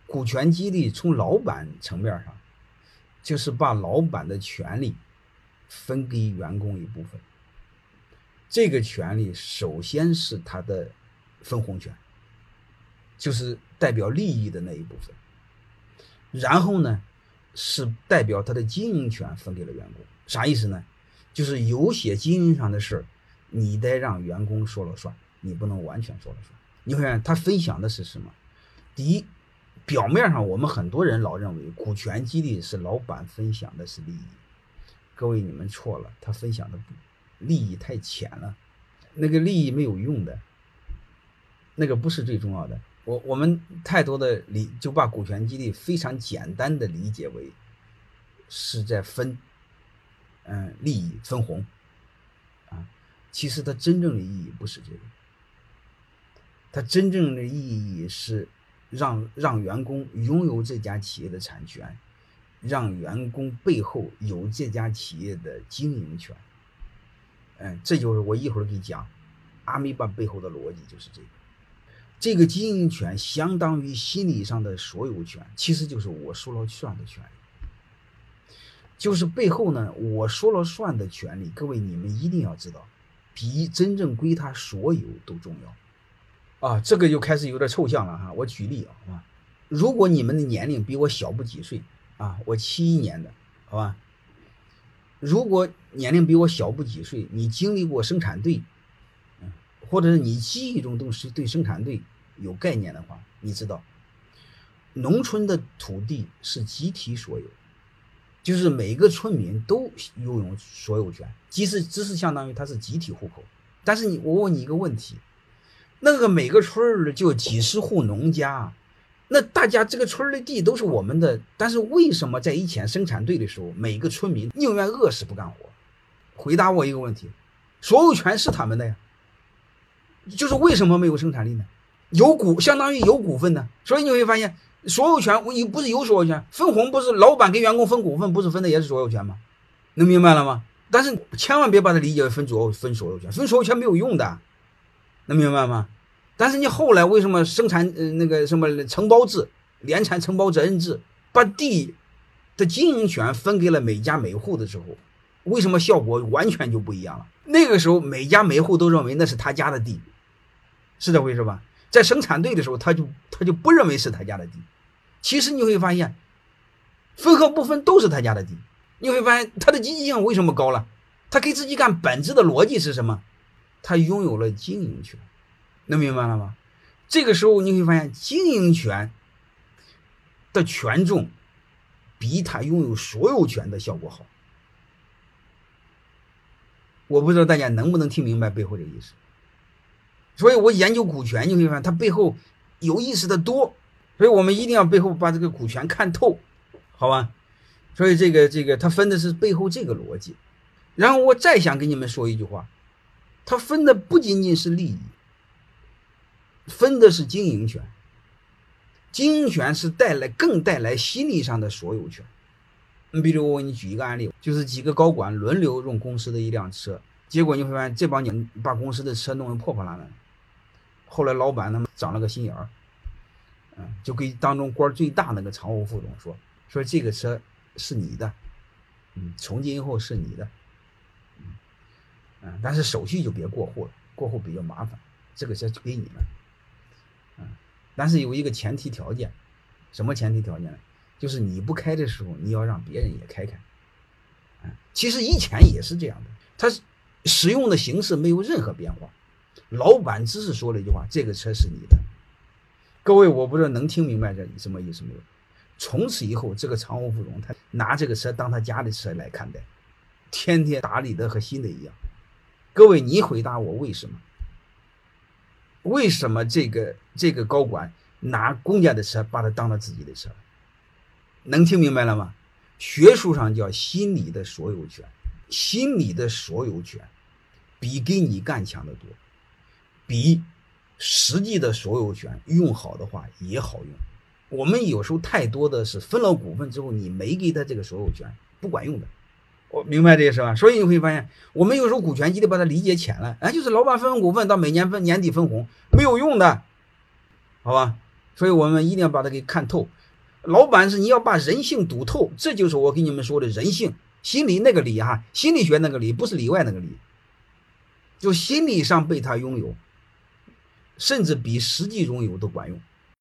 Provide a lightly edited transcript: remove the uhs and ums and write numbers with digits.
股权激励从老板层面上，就是把老板的权利分给员工一部分。这个权利首先是他的分红权，就是代表利益的那一部分。然后呢，是代表他的经营权分给了员工。啥意思呢？就是有些经营上的事你得让员工说了算，你不能完全说了算。你看他分享的是什么？第一，表面上我们很多人老认为股权激励是老板分享的是利益，各位你们错了，他分享的利益太浅了，那个利益没有用的，那个不是最重要的。我们太多的就把股权激励非常简单的理解为是在分利益分红啊，其实它真正的意义不是这个，它真正的意义是让员工拥有这家企业的产权，让员工背后有这家企业的经营权。这就是我一会儿给你讲阿米巴背后的逻辑，就是这个。这个经营权相当于心理上的所有权，其实就是我说了算的权利。就是背后呢，我说了算的权利，各位你们一定要知道，比真正归他所有都重要啊！这个就开始有点抽象了哈。我举例啊，如果你们的年龄比我小不几岁啊，我71年的，好吧？如果年龄比我小不几岁，你经历过生产队，或者是你记忆中都是对生产队有概念的话，你知道，农村的土地是集体所有，就是每个村民都拥有所有权，只是相当于它是集体户口。但是我问你一个问题，那个每个村就几十户农家，那大家这个村的地都是我们的，但是为什么在以前生产队的时候，每个村民宁愿饿死不干活？回答我一个问题，所有权是他们的呀，就是为什么没有生产力呢？相当于有股份呢，所以你会发现所有权不是有所有权，分红不是老板给员工分股份，不是分的也是所有权吗？能明白了吗？但是千万别把它理解为分所有权，分所有权没有用的，能明白吗？但是你后来为什么生产那个什么承包制、联产承包责任制，把地的经营权分给了每家每户的时候，为什么效果完全就不一样了？那个时候每家每户都认为那是他家的地，是这回事吧？在生产队的时候，他就不认为是他家的地。其实你会发现，分和不分都是他家的地。你会发现他的积极性为什么高了？他给自己干本质的逻辑是什么？他拥有了经营权，能明白了吗？这个时候你会发现，经营权的权重比他拥有所有权的效果好。我不知道大家能不能听明白背后这个意思。所以我研究股权，你会发现它背后有意思的多，所以我们一定要背后把这个股权看透，好吧？所以这个它分的是背后这个逻辑。然后我再想跟你们说一句话，它分的不仅仅是利益，分的是经营权。经营权是更带来心理上的所有权。比如我给你举一个案例，就是几个高管轮流用公司的一辆车，结果你会发现这帮人把公司的车弄得破破烂烂。后来老板他们长了个心眼儿，就给当中官最大那个常务副总说这个车是你的，从今以后是你的，但是手续就别过户了，过户比较麻烦，这个车就给你了，但是有一个前提条件，什么前提条件呢？就是你不开的时候，你要让别人也开开。其实以前也是这样的，他使用的形式没有任何变化，老板只是说了一句话：“这个车是你的。”各位，我不知道能听明白这什么意思没有？从此以后，这个常务副总他拿这个车当他家的车来看待，天天打理的和新的一样。各位，你回答我为什么？为什么这个高管拿公家的车把它当了自己的车？能听明白了吗？学术上叫心理的所有权，心理的所有权比给你干强得多，比实际的所有权用好的话也好用。我们有时候太多的是分了股份之后，你没给他这个所有权，不管用的。我明白这个是吧？所以你会发现，我们有时候股权激励把它理解浅了，就是老板分股份到每年年底分红，没有用的，好吧？ 所以我们一定要把它给看透。老板是你要把人性读透，这就是我跟你们说的人性心理那个理哈，心理学那个理，不是里外那个理，就心理上被他拥有，甚至比实际拥有都管用。